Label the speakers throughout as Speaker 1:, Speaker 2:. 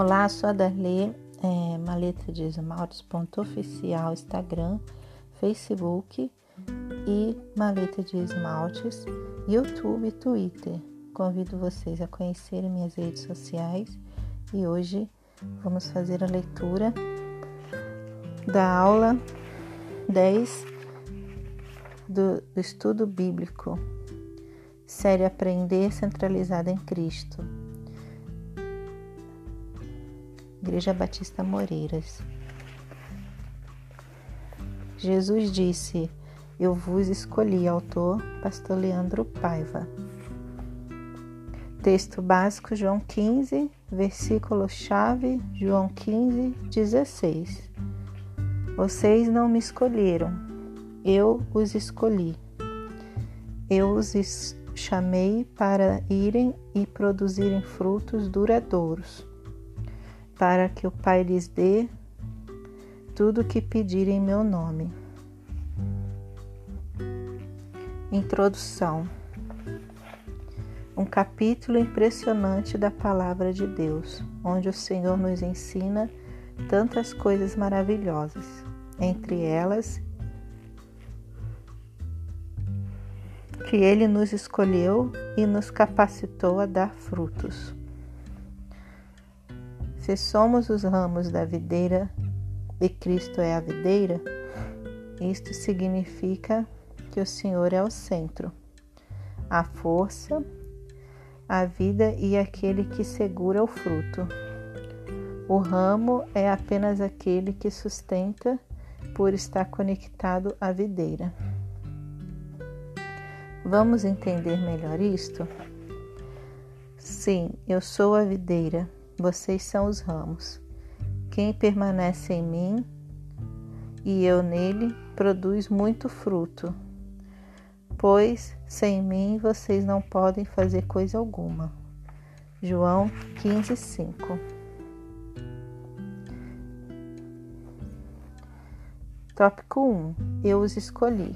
Speaker 1: Olá, sou a Darlê, Maleta de Esmaltes.oficial, Instagram, Facebook e Maleta de Esmaltes, YouTube e Twitter. Convido vocês a conhecerem minhas redes sociais e hoje vamos fazer a leitura da aula 10 do estudo bíblico, série Aprender Centralizada em Cristo. Igreja Batista Moreiras. Jesus disse: Eu vos escolhi. Autor: Pastor Leandro Paiva. Texto básico: João 15, versículo-chave: João 15, 16. Vocês não me escolheram, eu os escolhi. Eu os chamei para irem e produzirem frutos duradouros, para que o Pai lhes dê tudo o que pedirem em meu nome. Introdução. Um capítulo impressionante da Palavra de Deus, onde o Senhor nos ensina tantas coisas maravilhosas, entre elas que Ele nos escolheu e nos capacitou a dar frutos. Se somos os ramos da videira e Cristo é a videira, isto significa que o Senhor é o centro, a força, a vida e aquele que segura o fruto. O ramo é apenas aquele que sustenta por estar conectado à videira. Vamos entender melhor isto? Sim, eu sou a videira. Vocês são os ramos. Quem permanece em mim e eu nele produz muito fruto, pois sem mim vocês não podem fazer coisa alguma. João 15, 5. Tópico 1. Eu os escolhi.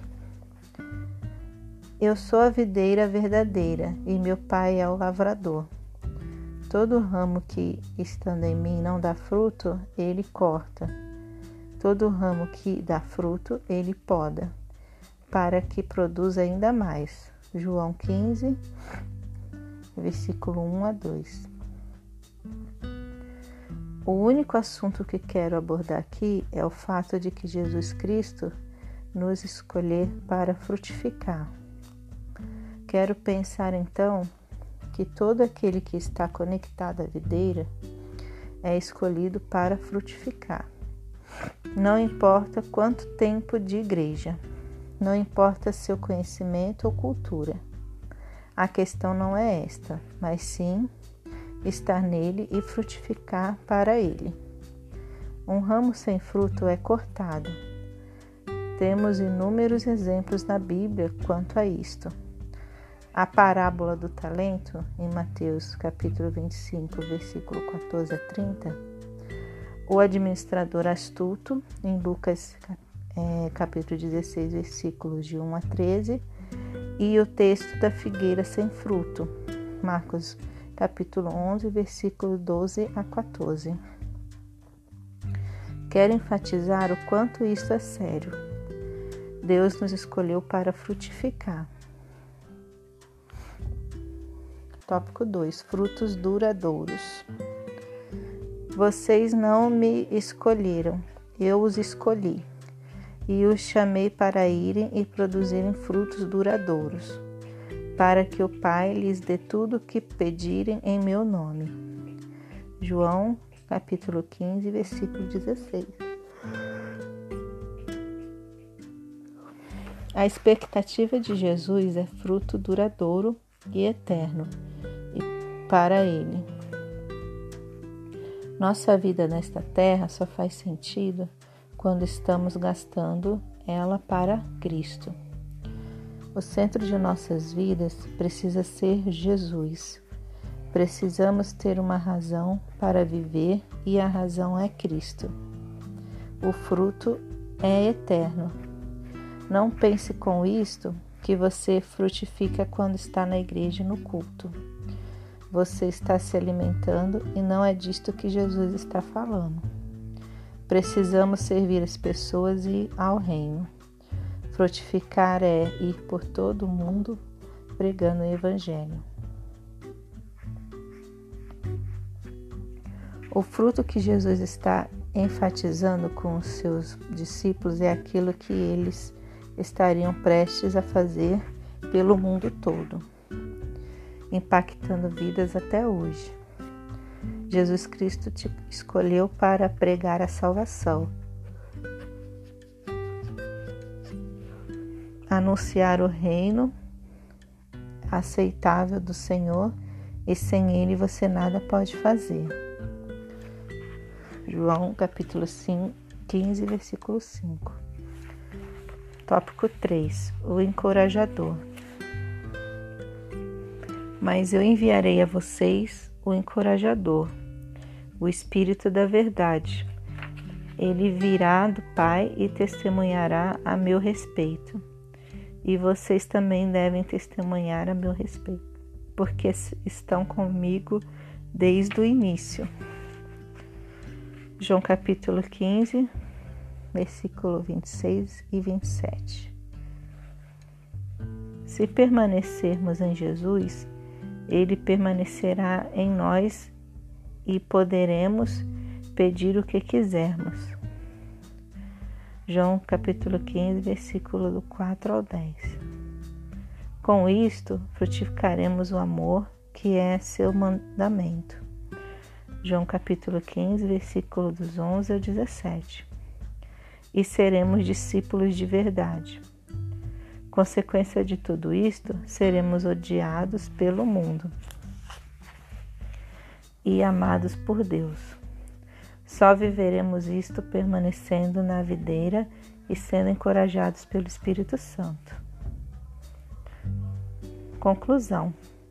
Speaker 1: Eu sou a videira verdadeira e meu pai é o lavrador. Todo ramo que, estando em mim, não dá fruto, ele corta. Todo ramo que dá fruto, ele poda, para que produza ainda mais. João 15, versículo 1 a 2. O único assunto que quero abordar aqui é o fato de que Jesus Cristo nos escolheu para frutificar. Quero pensar então que todo aquele que está conectado à videira é escolhido para frutificar. Não importa quanto tempo de igreja, não importa seu conhecimento ou cultura. A questão não é esta, mas sim estar nele e frutificar para ele. Um ramo sem fruto é cortado. Temos inúmeros exemplos na Bíblia quanto a isto. A parábola do talento, em Mateus capítulo 25, versículo 14 a 30. O administrador astuto, em Lucas capítulo 16, versículos de 1 a 13. E o texto da figueira sem fruto, Marcos capítulo 11, versículo 12 a 14. Quero enfatizar o quanto isto é sério. Deus nos escolheu para frutificar. Tópico 2. Frutos duradouros. Vocês não me escolheram, eu os escolhi, e os chamei para irem e produzirem frutos duradouros, para que o Pai lhes dê tudo o que pedirem em meu nome. João, capítulo 15, versículo 16. A expectativa de Jesus é fruto duradouro e eterno, e para Ele. Nossa vida nesta terra só faz sentido quando estamos gastando ela para Cristo. O centro de nossas vidas precisa ser Jesus. Precisamos ter uma razão para viver e a razão é Cristo. O fruto é eterno. Não pense com isto que você frutifica quando está na igreja e no culto. você está se alimentando e não é disto que Jesus está falando. Precisamos servir as pessoas e ir ao reino. Frutificar é ir por todo o mundo pregando o Evangelho. O fruto que Jesus está enfatizando com os seus discípulos é aquilo que eles estariam prestes a fazer pelo mundo todo, impactando vidas até hoje. Jesus Cristo te escolheu para pregar a salvação, anunciar o reino aceitável do Senhor, e sem Ele você nada pode fazer. João capítulo 15, versículo 5. Tópico 3. O encorajador. Mas eu enviarei a vocês o encorajador, o Espírito da Verdade. Ele virá do Pai e testemunhará a meu respeito. E vocês também devem testemunhar a meu respeito, porque estão comigo desde o início. João capítulo 15, versículo 26 e 27. Se permanecermos em Jesus, Ele permanecerá em nós e poderemos pedir o que quisermos. João capítulo 15, versículo do 4 ao 10. Com isto, frutificaremos o amor, que é seu mandamento. João capítulo 15, versículo dos 11 ao 17. E seremos discípulos de verdade. Consequência de tudo isto, seremos odiados pelo mundo e amados por Deus. Só viveremos isto permanecendo na videira e sendo encorajados pelo Espírito Santo. Conclusão.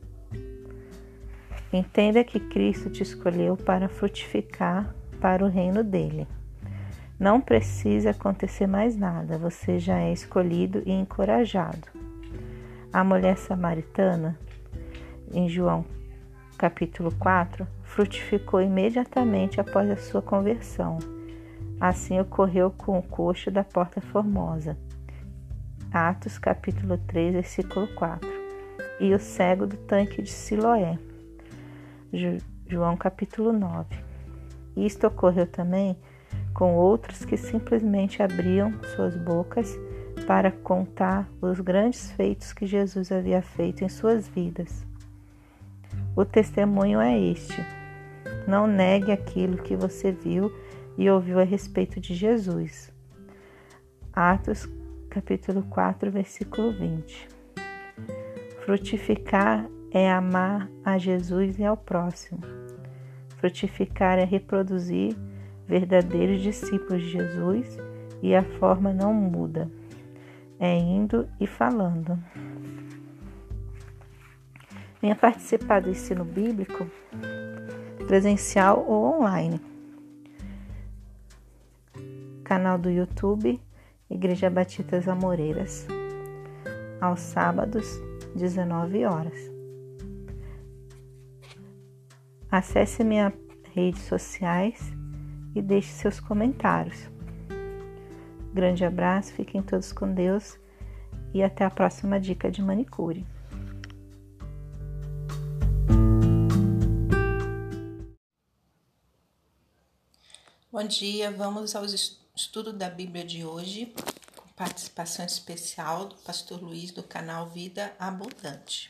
Speaker 1: Entenda que Cristo te escolheu para frutificar para o reino dele. Não precisa acontecer mais nada, você já é escolhido e encorajado. A mulher samaritana, em João capítulo 4, frutificou imediatamente após a sua conversão. Assim ocorreu com o coxo da Porta Formosa, Atos capítulo 3, versículo 4, e o cego do tanque de Siloé, João capítulo 9. Isto ocorreu também com outros que simplesmente abriam suas bocas para contar os grandes feitos que Jesus havia feito em suas vidas. O testemunho é este: não negue aquilo que você viu e ouviu a respeito de Jesus. Atos capítulo 4, versículo 20. Frutificar é amar a Jesus e ao próximo. Frutificar é reproduzir verdadeiros discípulos de Jesus, e a forma não muda. É indo e falando. Venha participar do ensino bíblico presencial ou online. Canal do YouTube Igreja Batista Amoreiras, aos sábados, 19 horas. Acesse minhas redes sociais e deixe seus comentários. Grande abraço, fiquem todos com Deus e até a próxima dica de manicure. Bom dia, vamos ao estudo da Bíblia de hoje, com participação especial do pastor Luiz do canal Vida Abundante.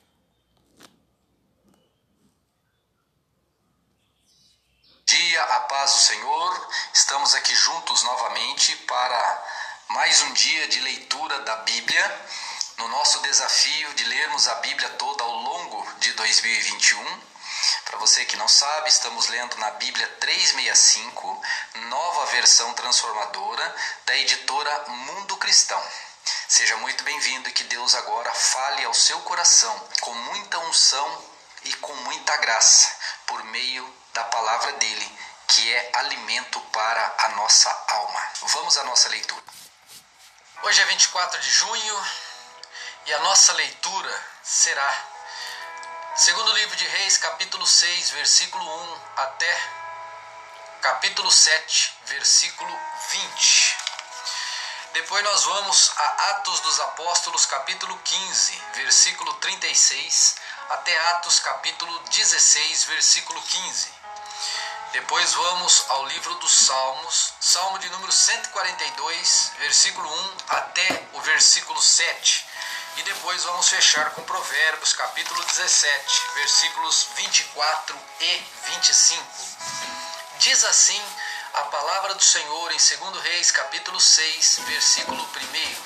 Speaker 2: Dia, a paz do Senhor, estamos aqui juntos novamente para mais um dia de leitura da Bíblia, no nosso desafio de lermos a Bíblia toda ao longo de 2021. Para você que não sabe, estamos lendo na Bíblia 365, nova versão transformadora da editora Mundo Cristão. Seja muito bem-vindo e que Deus agora fale ao seu coração com muita unção e com muita graça, por meio da palavra dele, que é alimento para a nossa alma. Vamos à nossa leitura. Hoje é 24 de junho e a nossa leitura será Segundo livro de Reis, capítulo 6, versículo 1 até capítulo 7, versículo 20. Depois nós vamos a Atos dos Apóstolos, capítulo 15, versículo 36, até Atos, capítulo 16, versículo 15. Depois vamos ao livro dos Salmos, Salmo de número 142, versículo 1 até o versículo 7. E depois vamos fechar com Provérbios, capítulo 17, versículos 24 e 25. Diz assim a palavra do Senhor em 2 Reis, capítulo 6, versículo 1.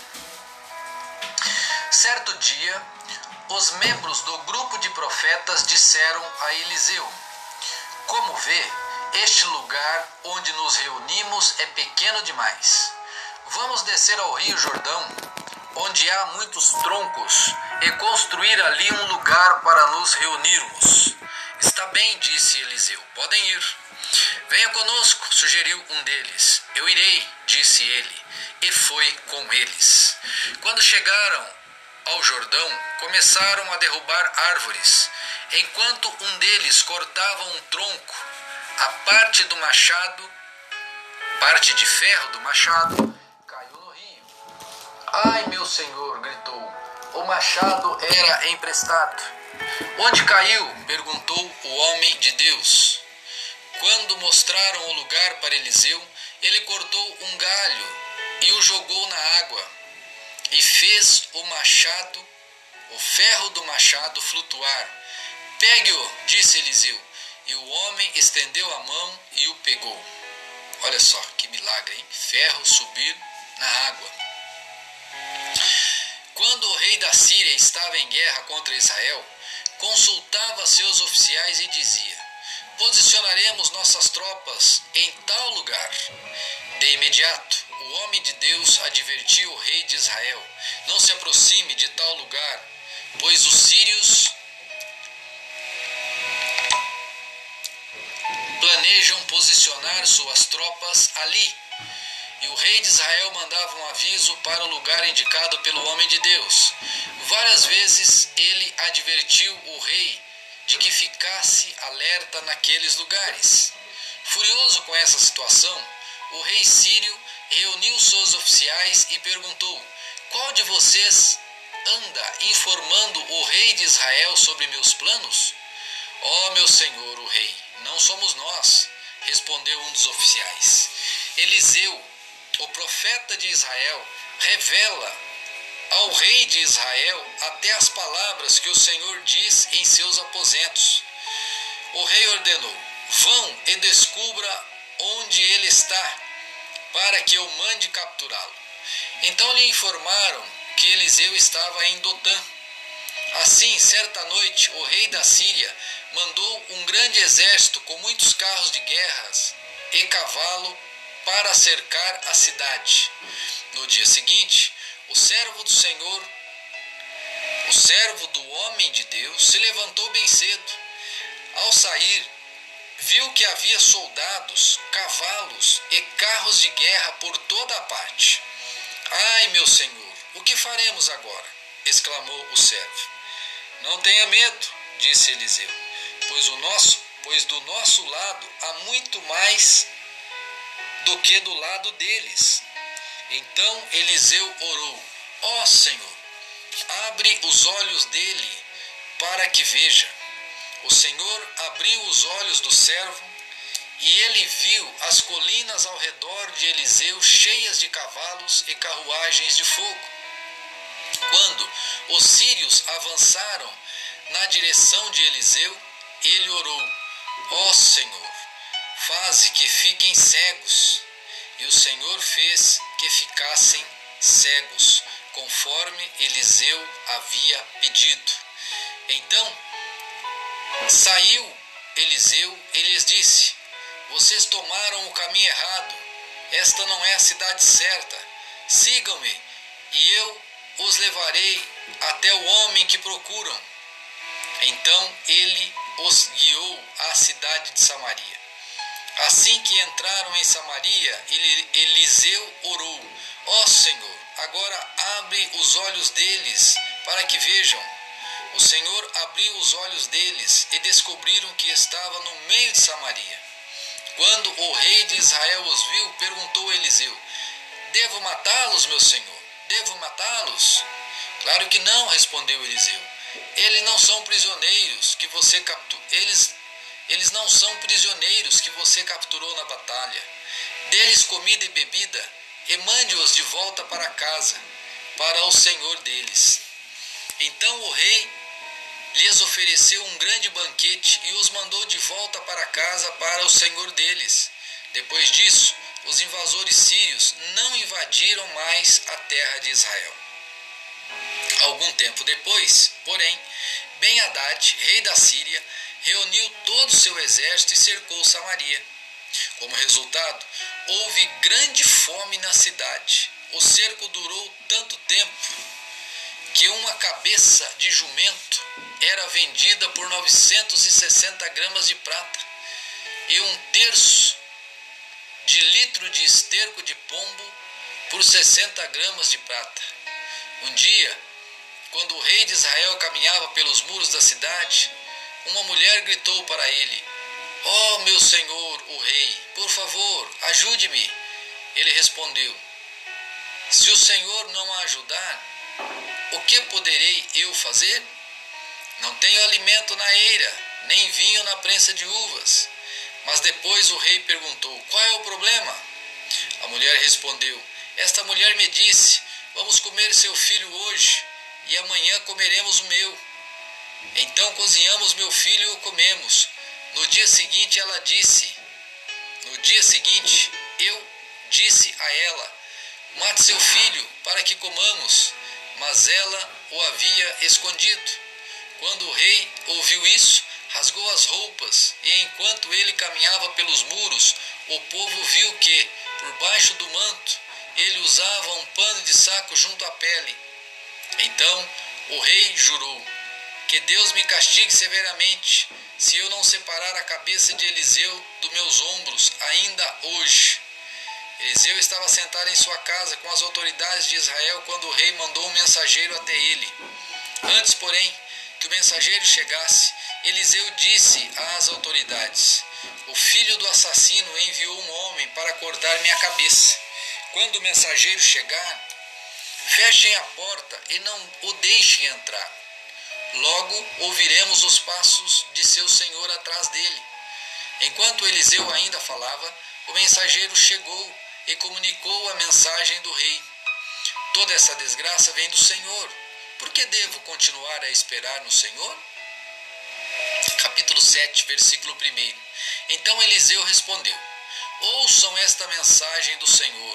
Speaker 2: Certo dia, os membros do grupo de profetas disseram a Eliseu: como vê, este lugar onde nos reunimos é pequeno demais. Vamos descer ao rio Jordão, onde há muitos troncos, e construir ali um lugar para nos reunirmos. Está bem, disse Eliseu, podem ir. Venha conosco, sugeriu um deles. Eu irei, disse ele, e foi com eles. Quando chegaram ao Jordão, começaram a derrubar árvores, enquanto um deles cortava um tronco. A parte de ferro do machado, caiu no rio. Ai, meu senhor, gritou, o machado era emprestado. Onde caiu? Perguntou o homem de Deus. Quando mostraram o lugar para Eliseu, ele cortou um galho e o jogou na água, e fez o ferro do machado flutuar. Pegue-o, disse Eliseu, e o homem estendeu a mão e o pegou. Olha só, que milagre, hein? Ferro subir na água. Quando o rei da Síria estava em guerra contra Israel, consultava seus oficiais e dizia: posicionaremos nossas tropas em tal lugar. De imediato, o homem de Deus advertiu o rei de Israel: não se aproxime de tal lugar, pois os sírios planejam posicionar suas tropas ali. E o rei de Israel mandava um aviso para o lugar indicado pelo homem de Deus. Várias vezes ele advertiu o rei de que ficasse alerta naqueles lugares. Furioso com essa situação, o rei sírio reuniu seus oficiais e perguntou: qual de vocês anda informando o rei de Israel sobre meus planos? Ó meu senhor, o rei, não somos nós, respondeu um dos oficiais. Eliseu, o profeta de Israel, revela ao rei de Israel até as palavras que o Senhor diz em seus aposentos. O rei ordenou: vão e descubra onde ele está, para que eu mande capturá-lo. Então lhe informaram que Eliseu estava em Dotã. Assim, certa noite, o rei da Síria mandou um grande exército com muitos carros de guerra e cavalo para cercar a cidade. No dia seguinte, o servo do Senhor, o servo do homem de Deus, se levantou bem cedo. Ao sair, viu que havia soldados, cavalos e carros de guerra por toda a parte. Ai, meu senhor, o que faremos agora? Exclamou o servo. Não tenha medo, disse Eliseu, pois do nosso lado há muito mais do que do lado deles. Então Eliseu orou: ó Senhor, abre os olhos dele para que veja. O Senhor abriu os olhos do servo e ele viu as colinas ao redor de Eliseu cheias de cavalos e carruagens de fogo. Quando os sírios avançaram na direção de Eliseu, ele orou: ó Senhor, faze que fiquem cegos. E o Senhor fez que ficassem cegos, conforme Eliseu havia pedido. Então saiu Eliseu e lhes disse: vocês tomaram o caminho errado, esta não é a cidade certa. Sigam-me e eu os levarei até o homem que procuram. Então ele os guiou à cidade de Samaria. Assim que entraram em Samaria, Eliseu orou: ó Senhor, agora abre os olhos deles para que vejam. O Senhor abriu os olhos deles e descobriram que estava no meio de Samaria. Quando o rei de Israel os viu, perguntou a Eliseu: devo matá-los, meu senhor? Devo matá-los? Claro que não, respondeu Eliseu. Eles não são prisioneiros que você capturou. Eles não são prisioneiros que você capturou na batalha. Dê-lhes comida e bebida e mande-os de volta para casa, para o senhor deles. Então o rei lhes ofereceu um grande banquete e os mandou de volta para casa para o senhor deles. Depois disso, os invasores sírios não invadiram mais a terra de Israel. Algum tempo depois, porém, Ben-Hadad, rei da Síria, reuniu todo o seu exército e cercou Samaria. Como resultado, houve grande fome na cidade. O cerco durou tanto tempo que uma cabeça de jumento era vendida por 960 gramas de prata e um terço de litro de esterco de pombo por 60 gramas de prata. Um dia, quando o rei de Israel caminhava pelos muros da cidade, uma mulher gritou para ele: "Ó meu senhor, o rei, por favor, ajude-me." Ele respondeu: "Se o senhor não a ajudar, o que poderei eu fazer? Não tenho alimento na eira, nem vinho na prensa de uvas." Mas depois o rei perguntou: "Qual é o problema?" A mulher respondeu: "Esta mulher me disse: vamos comer seu filho hoje, e amanhã comeremos o meu. Então cozinhamos meu filho e o comemos. No dia seguinte eu disse a ela: mate seu filho para que comamos. Mas ela o havia escondido." Quando o rei ouviu isso, rasgou as roupas, e enquanto ele caminhava pelos muros, o povo viu que, por baixo do manto, ele usava um pano de saco junto à pele. Então o rei jurou: "Que Deus me castigue severamente, se eu não separar a cabeça de Eliseu dos meus ombros ainda hoje." Eliseu estava sentado em sua casa com as autoridades de Israel quando o rei mandou um mensageiro até ele. Antes, porém, que o mensageiro chegasse, Eliseu disse às autoridades: "O filho do assassino enviou um homem para cortar minha cabeça. Quando o mensageiro chegar, fechem a porta e não o deixem entrar. Logo ouviremos os passos de seu senhor atrás dele." Enquanto Eliseu ainda falava, o mensageiro chegou e comunicou a mensagem do rei: "Toda essa desgraça vem do Senhor. Por que devo continuar a esperar no Senhor?" Capítulo 7, versículo 1. Então Eliseu respondeu: "Ouçam esta mensagem do Senhor.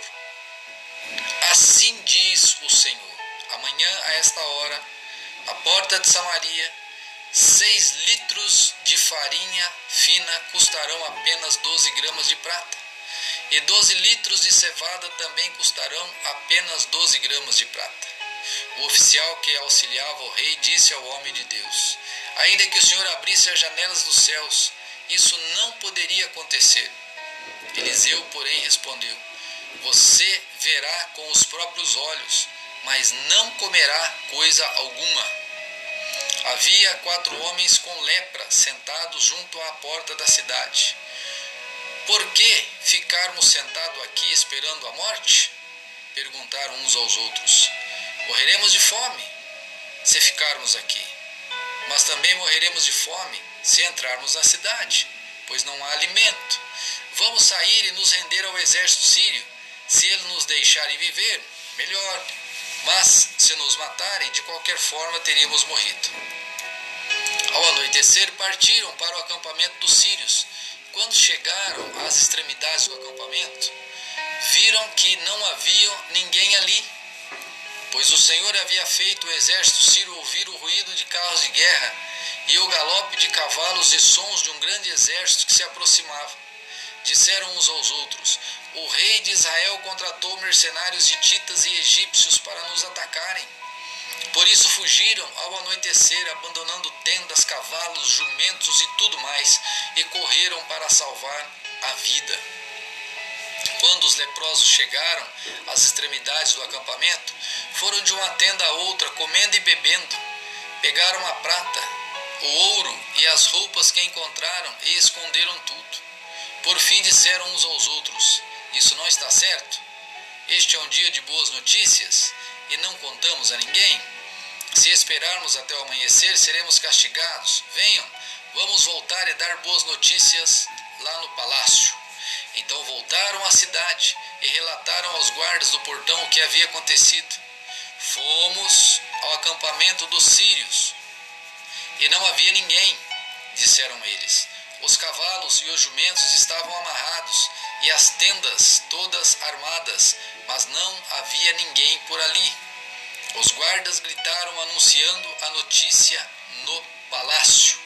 Speaker 2: Assim diz o Senhor: amanhã a esta hora, à porta de Samaria, 6 litros de farinha fina custarão apenas 12 gramas de prata, e 12 litros de cevada também custarão apenas 12 gramas de prata." O oficial que auxiliava o rei disse ao homem de Deus: "Ainda que o Senhor abrisse as janelas dos céus, isso não poderia acontecer." Eliseu, porém, respondeu: "Você verá com os próprios olhos, mas não comerá coisa alguma." Havia 4 homens com lepra sentados junto à porta da cidade. "Por que ficarmos sentados aqui esperando a morte?" perguntaram uns aos outros. "Morreremos de fome se ficarmos aqui, mas também morreremos de fome se entrarmos na cidade, pois não há alimento. Vamos sair e nos render ao exército sírio. Se eles nos deixarem viver, melhor, mas se nos matarem, de qualquer forma teríamos morrido." Ao anoitecer, partiram para o acampamento dos sírios. Quando chegaram às extremidades do acampamento, viram que não havia ninguém ali, pois o Senhor havia feito o exército sírio ouvir o ruído de carros de guerra e o galope de cavalos e sons de um grande exército que se aproximava. Disseram uns aos outros: "O rei de Israel contratou mercenários hititas e egípcios para nos atacarem." Por isso fugiram ao anoitecer, abandonando tendas, cavalos, jumentos e tudo mais, e correram para salvar a vida. Quando os leprosos chegaram às extremidades do acampamento, foram de uma tenda a outra, comendo e bebendo. Pegaram a prata, o ouro e as roupas que encontraram e esconderam tudo. Por fim disseram uns aos outros: isso não está certo? Este é um dia de boas notícias e não contamos a ninguém? Se esperarmos até o amanhecer, seremos castigados. Venham, vamos voltar e dar boas notícias lá no palácio. Então voltaram à cidade e relataram aos guardas do portão o que havia acontecido. Fomos ao acampamento dos sírios e não havia ninguém, disseram eles. Os cavalos e os jumentos estavam amarrados e as tendas todas armadas, mas não havia ninguém por ali. Os guardas gritaram anunciando a notícia no palácio.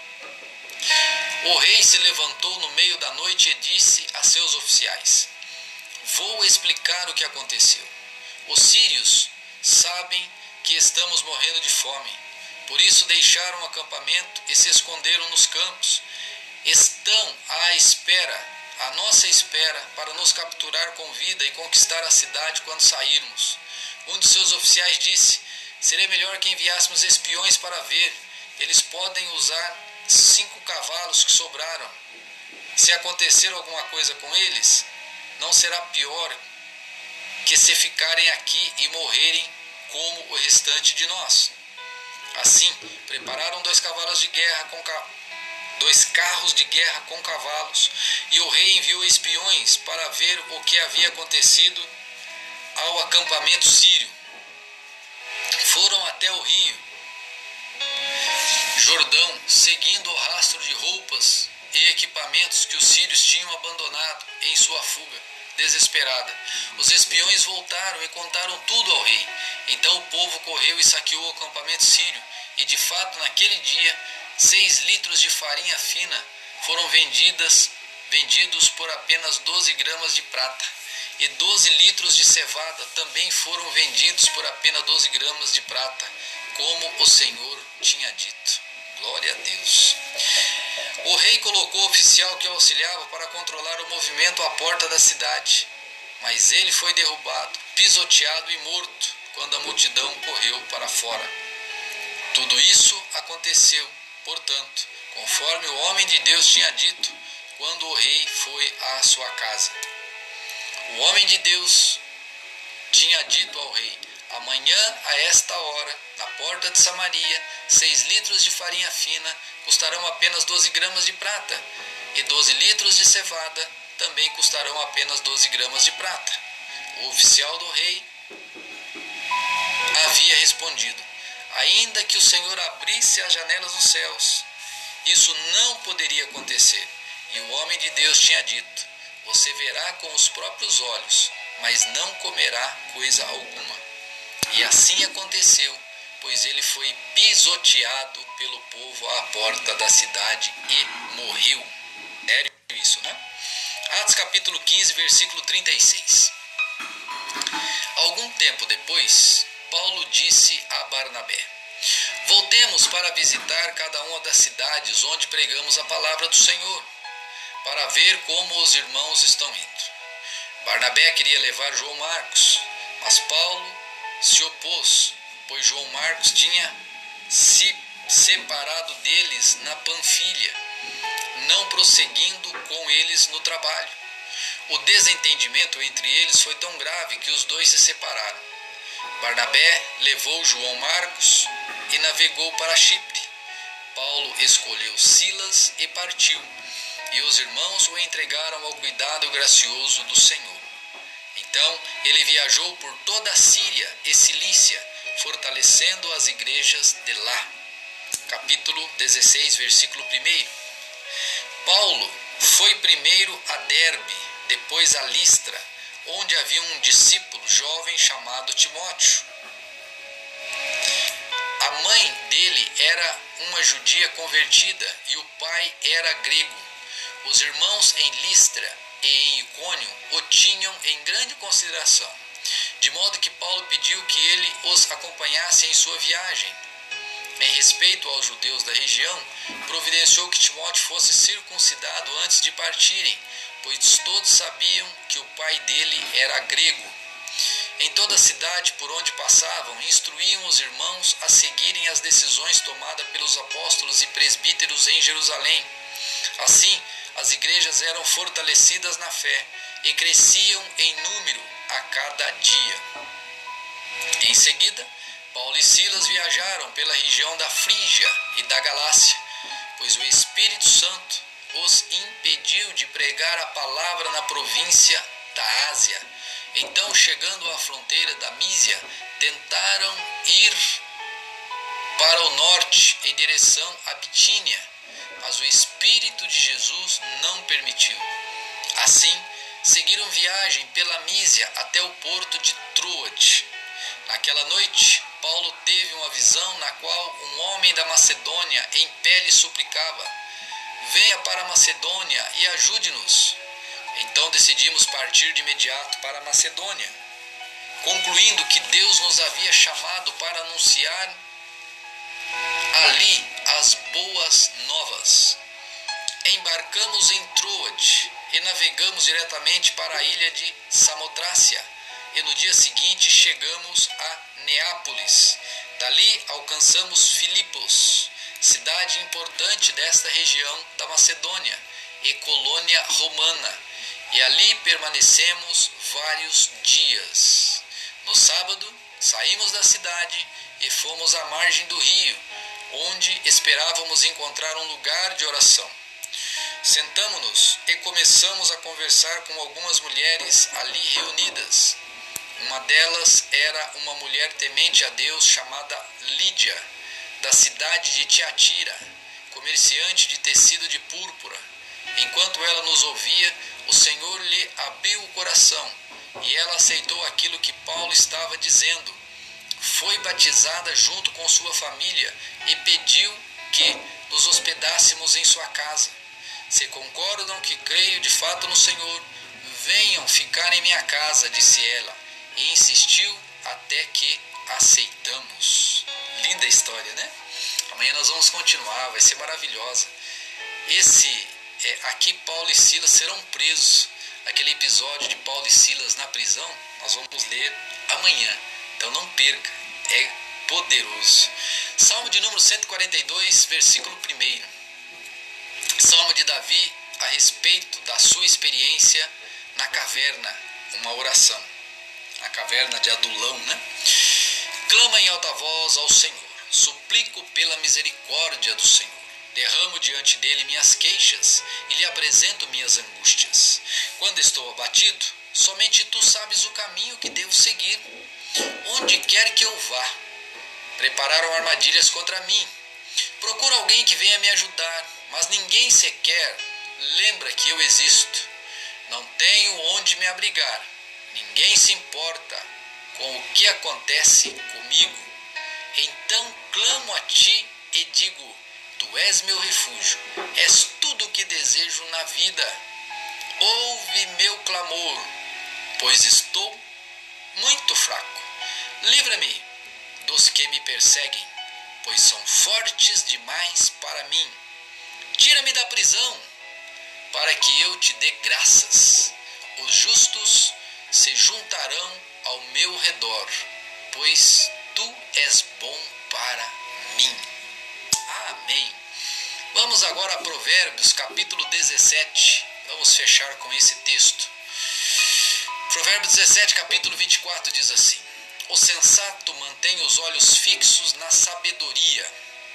Speaker 2: O rei se levantou no meio da noite e disse a seus oficiais: vou explicar o que aconteceu. Os sírios sabem que estamos morrendo de fome, por isso deixaram o acampamento e se esconderam nos campos. Estão à nossa espera, para nos capturar com vida e conquistar a cidade quando sairmos. Um de seus oficiais disse: seria melhor que enviássemos espiões para ver. Eles podem usar 5 cavalos que sobraram. Se acontecer alguma coisa com eles, não será pior que se ficarem aqui e morrerem como o restante de nós. Assim, prepararam 2 carros de guerra com cavalos, e o rei enviou espiões para ver o que havia acontecido ao acampamento sírio. Foram até o rio Jordão, seguindo o rastro de roupas e equipamentos que os sírios tinham abandonado em sua fuga desesperada. Os espiões voltaram e contaram tudo ao rei. Então o povo correu e saqueou o acampamento sírio, e de fato naquele dia 6 litros de farinha fina foram vendidos por apenas 12 gramas de prata, e 12 litros de cevada também foram vendidos por apenas 12 gramas de prata, como o Senhor tinha dito. Glória a Deus. O rei colocou o oficial que o auxiliava para controlar o movimento à porta da cidade, mas ele foi derrubado, pisoteado e morto quando a multidão correu para fora. Tudo isso aconteceu, portanto, conforme o homem de Deus tinha dito, quando o rei foi à sua casa. O homem de Deus tinha dito ao rei: amanhã, a esta hora, na porta de Samaria, 6 litros de farinha fina custarão apenas 12 gramas de prata, e 12 litros de cevada também custarão apenas 12 gramas de prata. O oficial do rei havia respondido: ainda que o Senhor abrisse as janelas dos céus, isso não poderia acontecer. E o homem de Deus tinha dito: você verá com os próprios olhos, mas não comerá coisa alguma. E assim aconteceu, pois ele foi pisoteado pelo povo à porta da cidade e morreu. É isso, né? Atos capítulo 15, versículo 36. Algum tempo depois, Paulo disse a Barnabé: voltemos para visitar cada uma das cidades onde pregamos a palavra do Senhor, para ver como os irmãos estão indo. Barnabé queria levar João Marcos, mas Paulo se opôs, pois João Marcos tinha se separado deles na Panfilha, não prosseguindo com eles no trabalho. O desentendimento entre eles foi tão grave que os dois se separaram. Barnabé levou João Marcos e navegou para Chipre. Paulo escolheu Silas e partiu, e os irmãos o entregaram ao cuidado gracioso do Senhor. Então ele viajou por toda a Síria e Cilícia, fortalecendo as igrejas de lá. Capítulo 16, versículo 1. Paulo foi primeiro a Derbe, depois a Listra, onde havia um discípulo jovem chamado Timóteo. A mãe dele era uma judia convertida e o pai era grego. Os irmãos em Listra e em Icônio o tinham em grande consideração, de modo que Paulo pediu que ele os acompanhasse em sua viagem. Em respeito aos judeus da região, providenciou que Timóteo fosse circuncidado antes de partirem, pois todos sabiam que o pai dele era grego. Em toda a cidade por onde passavam, instruíam os irmãos a seguirem as decisões tomadas pelos apóstolos e presbíteros em Jerusalém. Assim, as igrejas eram fortalecidas na fé e cresciam em número a cada dia. Em seguida, Paulo e Silas viajaram pela região da Frígia e da Galácia, pois o Espírito Santo os impediu de pregar a palavra na província da Ásia. Então, chegando à fronteira da Mísia, tentaram ir para o norte em direção à Bitínia, mas o Espírito de Jesus não permitiu. Assim, seguiram viagem pela Mísia até o porto de Troade. Naquela noite, Paulo teve uma visão na qual um homem da Macedônia em pé lhe suplicava: venha para a Macedônia e ajude-nos. Então decidimos partir de imediato para a Macedônia, concluindo que Deus nos havia chamado para anunciar ali as boas novas. Embarcamos em Troade e navegamos diretamente para a ilha de Samotrácia, e no dia seguinte chegamos a Neápolis. Dali alcançamos Filipos, cidade importante desta região da Macedônia e colônia romana, e ali permanecemos vários dias. No sábado, saímos da cidade e fomos à margem do rio, onde esperávamos encontrar um lugar de oração. Sentamo-nos e começamos a conversar com algumas mulheres ali reunidas. Uma delas era uma mulher temente a Deus chamada Lídia, da cidade de Tiatira, comerciante de tecido de púrpura. Enquanto ela nos ouvia, o Senhor lhe abriu o coração e ela aceitou aquilo que Paulo estava dizendo. Foi batizada junto com sua família e pediu que nos hospedássemos em sua casa. Se concordam que creio de fato no Senhor, venham ficar em minha casa, disse ela, e insistiu até que aceitamos. Linda história, né? Amanhã nós vamos continuar, vai ser maravilhosa. Aqui Paulo e Silas serão presos. Aquele episódio de Paulo e Silas na prisão, nós vamos ler amanhã. Então não perca, é poderoso. Salmo de número 142, versículo 1. Salmo de Davi a respeito da sua experiência na caverna, uma oração. A caverna de Adulão, né? Clama em alta voz ao Senhor, suplico pela misericórdia do Senhor. Derramo diante dele minhas queixas e lhe apresento minhas angústias. Quando estou abatido, somente tu sabes o caminho que devo seguir. Onde quer que eu vá, prepararam armadilhas contra mim. Procuro alguém que venha me ajudar, mas ninguém sequer lembra que eu existo. Não tenho onde me abrigar. Ninguém se importa com o que acontece comigo. Então clamo a ti e digo: tu és meu refúgio, és tudo o que desejo na vida. Ouve meu clamor, pois estou muito fraco. Livra-me dos que me perseguem, pois são fortes demais para mim. Tira-me da prisão, para que eu te dê graças. Os justos se juntarão ao meu redor, pois tu és bom para mim. Amém. Vamos agora a Provérbios, capítulo 17. Vamos fechar com esse texto. Provérbios 17, capítulo 24 diz assim: o sensato mantém os olhos fixos na sabedoria,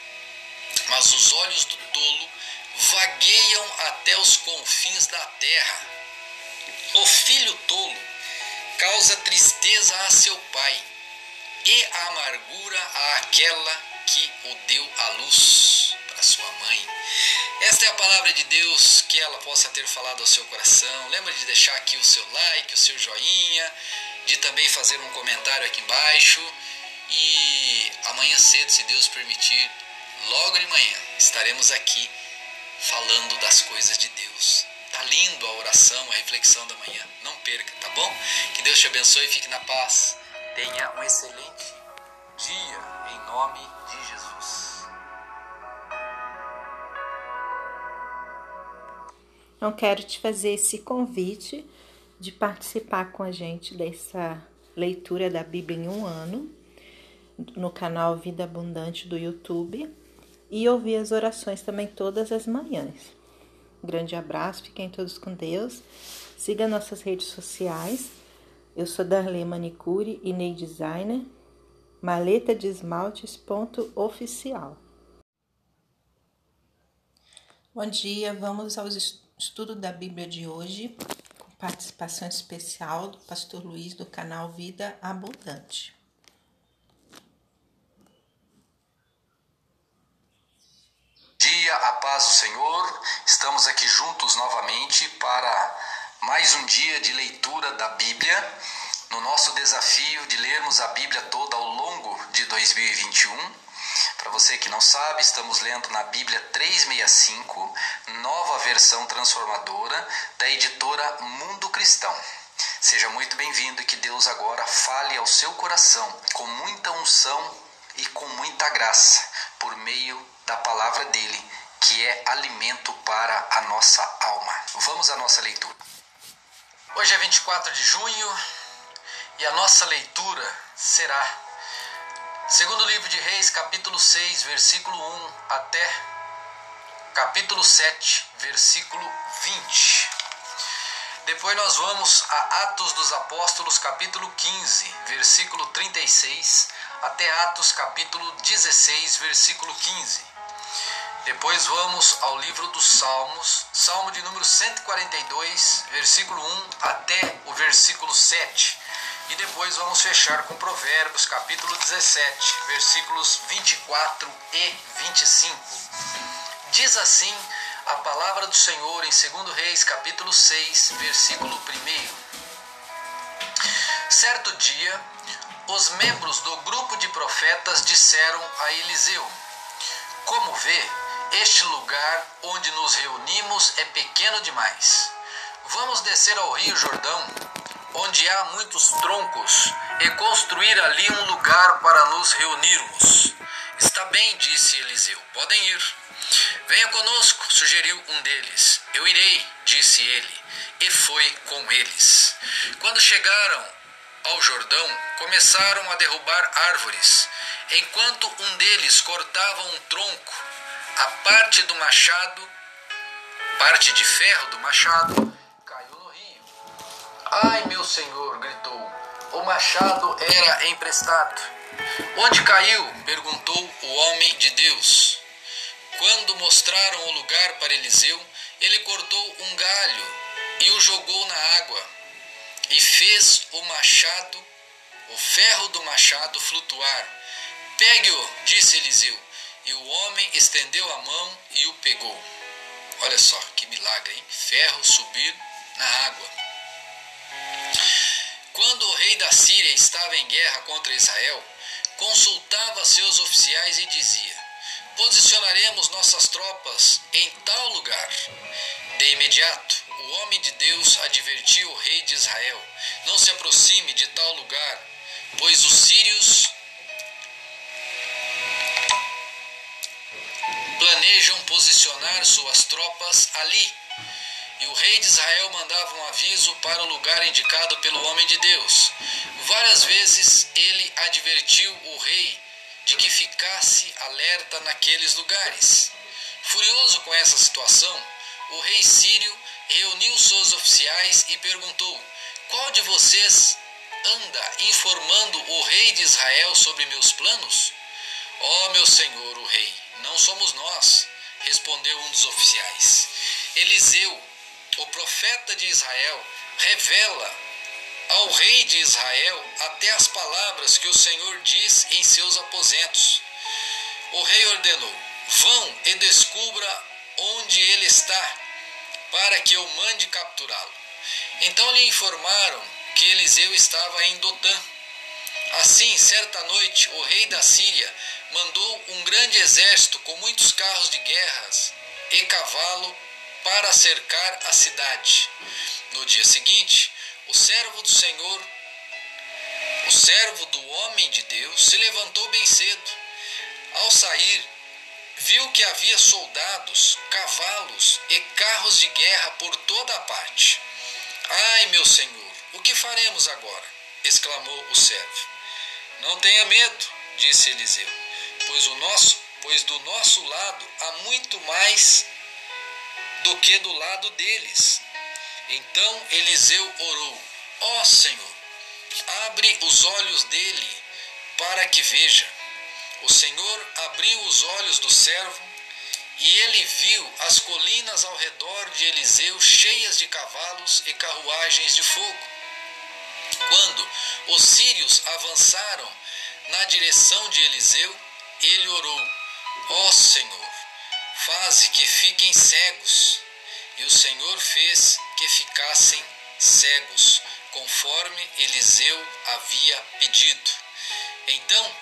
Speaker 2: mas os olhos do tolo vagueiam até os confins da terra. O filho tolo causa tristeza a seu pai e amargura àquela que o deu à luz, para sua mãe. Esta é a palavra de Deus, que ela possa ter falado ao seu coração. Lembra de deixar aqui o seu like, o seu joinha, de também fazer um comentário aqui embaixo. E amanhã cedo, se Deus permitir, logo de manhã, estaremos aqui falando das coisas de Deus. Tá lindo a oração, a reflexão da manhã. Não perca, tá bom? Que Deus te abençoe e fique na paz. Tenha um excelente dia, em nome de Jesus.
Speaker 1: Eu quero te fazer esse convite de participar com a gente dessa leitura da Bíblia em um ano no canal Vida Abundante do YouTube e ouvir as orações também todas as manhãs. Grande abraço, fiquem todos com Deus. Siga nossas redes sociais. Eu sou Darley Manicure e Nail Designer, maletadesmaltes.oficial. Bom dia, vamos ao estudo da Bíblia de hoje, com participação especial do pastor Luiz do canal Vida Abundante.
Speaker 2: Dia, a paz do Senhor, estamos aqui juntos novamente para mais um dia de leitura da Bíblia, no nosso desafio de lermos a Bíblia toda ao longo de 2021. Para você que não sabe, estamos lendo na Bíblia 365, nova versão transformadora da editora Mundo Cristão. Seja muito bem-vindo e que Deus agora fale ao seu coração com muita unção e com muita graça, por meio da palavra dele, que é alimento para a nossa alma. Vamos à nossa leitura. Hoje é 24 de junho e a nossa leitura será segundo livro de Reis, capítulo 6, versículo 1 até capítulo 7, versículo 20. Depois nós vamos a Atos dos Apóstolos, capítulo 15, versículo 36, até Atos, capítulo 16, versículo 15. Depois vamos ao livro dos Salmos, Salmo de número 142, versículo 1 até o versículo 7. E depois vamos fechar com Provérbios, capítulo 17, versículos 24 e 25. Diz assim a palavra do Senhor em 2 Reis, capítulo 6, versículo 1. Certo dia, os membros do grupo de profetas disseram a Eliseu: como vê, este lugar onde nos reunimos é pequeno demais. Vamos descer ao rio Jordão, onde há muitos troncos, e construir ali um lugar para nos reunirmos. Está bem, disse Eliseu, podem ir. Venha conosco, sugeriu um deles. Eu irei, disse ele, e foi com eles. Quando chegaram ao Jordão, começaram a derrubar árvores. Enquanto um deles cortava um tronco, a parte do machado, parte de ferro do machado, caiu no rio. Ai, meu senhor, gritou, o machado era emprestado. Onde caiu? Perguntou o homem de Deus. Quando mostraram o lugar para Eliseu, ele cortou um galho e o jogou na água e fez o ferro do machado flutuar. Pegue-o, disse Eliseu, e o homem estendeu a mão e o pegou. Olha só, que milagre, hein? Ferro subir na água. Quando o rei da Síria estava em guerra contra Israel, consultava seus oficiais e dizia: posicionaremos nossas tropas em tal lugar. De imediato, o homem de Deus advertiu o rei de Israel: não se aproxime de tal lugar, pois os sírios planejam posicionar suas tropas ali. E o rei de Israel mandava um aviso para o lugar indicado pelo homem de Deus. Várias vezes ele advertiu o rei de que ficasse alerta naqueles lugares. Furioso com essa situação, o rei sírio reuniu seus oficiais e perguntou: qual de vocês anda informando o rei de Israel sobre meus planos? Ó meu senhor, o rei, não somos nós, respondeu um dos oficiais. Eliseu, o profeta de Israel, revela ao rei de Israel até as palavras que o Senhor diz em seus aposentos. O rei ordenou: vão e descubra onde ele está, para que eu mande capturá-lo. Então lhe informaram que Eliseu estava em Dotã. Assim, certa noite, o rei da Síria mandou um grande exército com muitos carros de guerra e cavalo para cercar a cidade. No dia seguinte, o servo do Senhor, o servo do homem de Deus, se levantou bem cedo. Ao sair, viu que havia soldados, cavalos e carros de guerra por toda a parte. Ai, meu senhor, o que faremos agora? exclamou o servo. Não tenha medo, disse Eliseu, pois do nosso lado há muito mais do que do lado deles. Então Eliseu orou: ó Senhor, abre os olhos dele para que veja. O Senhor abriu os olhos do servo e ele viu as colinas ao redor de Eliseu cheias de cavalos e carruagens de fogo. Quando os sírios avançaram na direção de Eliseu, ele orou: ó Senhor, faze que fiquem cegos. E o Senhor fez que ficassem cegos, conforme Eliseu havia pedido. Então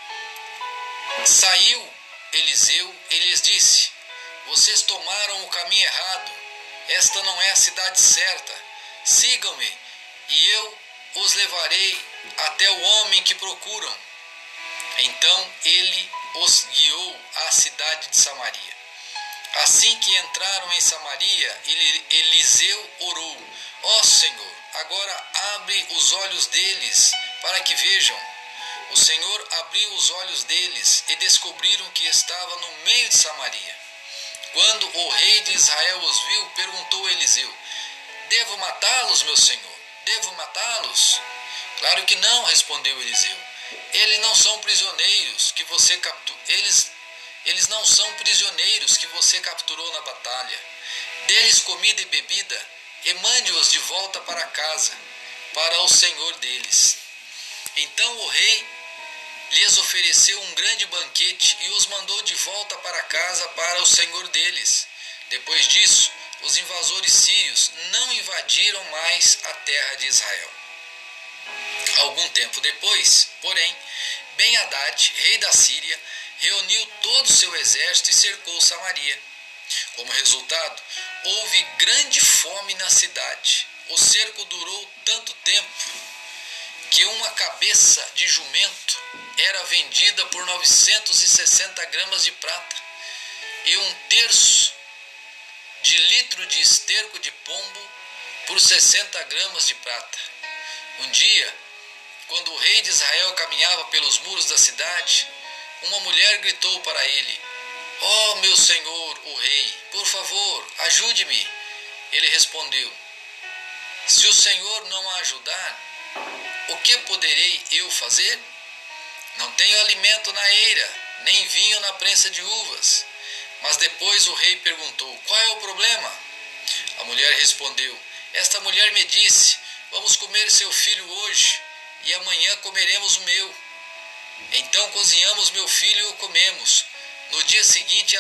Speaker 2: saiu Eliseu e lhes disse: vocês tomaram o caminho errado. Esta não é a cidade certa. Sigam-me e eu os levarei até o homem que procuram. Então ele os guiou à cidade de Samaria. Assim que entraram em Samaria, Eliseu orou: ó Senhor, agora abre os olhos deles para que vejam. O Senhor abriu os olhos deles e descobriram que estava no meio de Samaria. Quando o rei de Israel os viu, perguntou a Eliseu: devo matá-los, meu senhor? Devo matá-los? Claro que não, respondeu Eliseu. Eles não são prisioneiros que você capturou. Eles não são prisioneiros que você capturou na batalha. Dê-lhes comida e bebida e mande-os de volta para casa, para o senhor deles. Então o rei lhes ofereceu um grande banquete e os mandou de volta para casa para o senhor deles. Depois disso, os invasores sírios não invadiram mais a terra de Israel. Algum tempo depois, porém, Ben-Hadad, rei da Síria, reuniu todo o seu exército e cercou Samaria. Como resultado, houve grande fome na cidade. O cerco durou tanto tempo que uma cabeça de jumento era vendida por 960 gramas de prata e um terço de litro de esterco de pombo por 60 gramas de prata. Um dia, quando o rei de Israel caminhava pelos muros da cidade, uma mulher gritou para ele: ó meu senhor, o rei, por favor, ajude-me. Ele respondeu: se o senhor não a ajudar, o que poderei eu fazer? Não tenho alimento na eira, nem vinho na prensa de uvas. Mas depois o rei perguntou: qual é o problema? A mulher respondeu: esta mulher me disse: vamos comer seu filho hoje, e amanhã comeremos o meu. Então cozinhamos meu filho e o comemos. No dia seguinte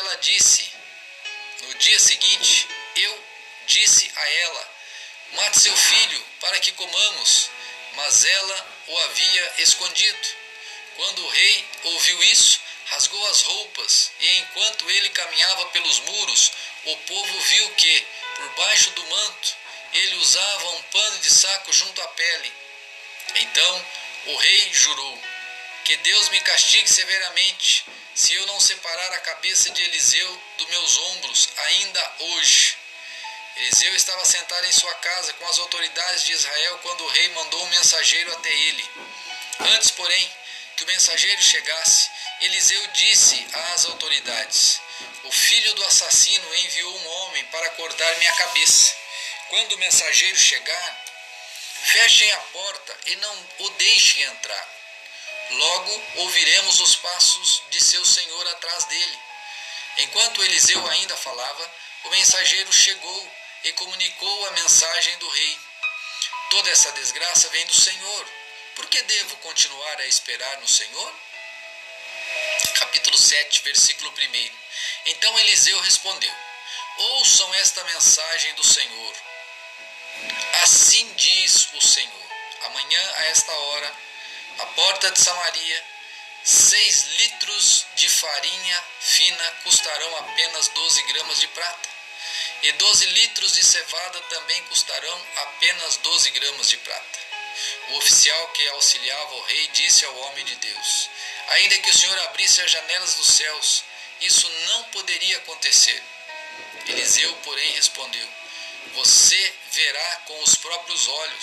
Speaker 2: eu disse a ela: mate seu filho para que comamos. Mas ela o havia escondido. Quando o rei ouviu isso, rasgou as roupas, e enquanto ele caminhava pelos muros, o povo viu que, por baixo do manto, ele usava um pano de saco junto à pele. Então o rei jurou: que Deus me castigue severamente, se eu não separar a cabeça de Eliseu dos meus ombros ainda hoje. Eliseu estava sentado em sua casa com as autoridades de Israel quando o rei mandou um mensageiro até ele. Antes, porém, que o mensageiro chegasse, Eliseu disse às autoridades: o filho do assassino enviou um homem para cortar minha cabeça. Quando o mensageiro chegar, fechem a porta e não o deixem entrar. Logo ouviremos os passos de seu senhor atrás dele. Enquanto Eliseu ainda falava, o mensageiro chegou e comunicou a mensagem do rei: toda essa desgraça vem do Senhor. Por que devo continuar a esperar no Senhor? Capítulo 7, versículo 1. Então Eliseu respondeu: ouçam esta mensagem do Senhor. Assim diz o Senhor: amanhã a esta hora, à porta de Samaria, 6 litros de farinha fina custarão apenas 12 gramas de prata, e 12 litros de cevada também custarão apenas 12 gramas de prata. O oficial que auxiliava o rei disse ao homem de Deus: ainda que o Senhor abrisse as janelas dos céus, isso não poderia acontecer. Eliseu, porém, respondeu: você verá com os próprios olhos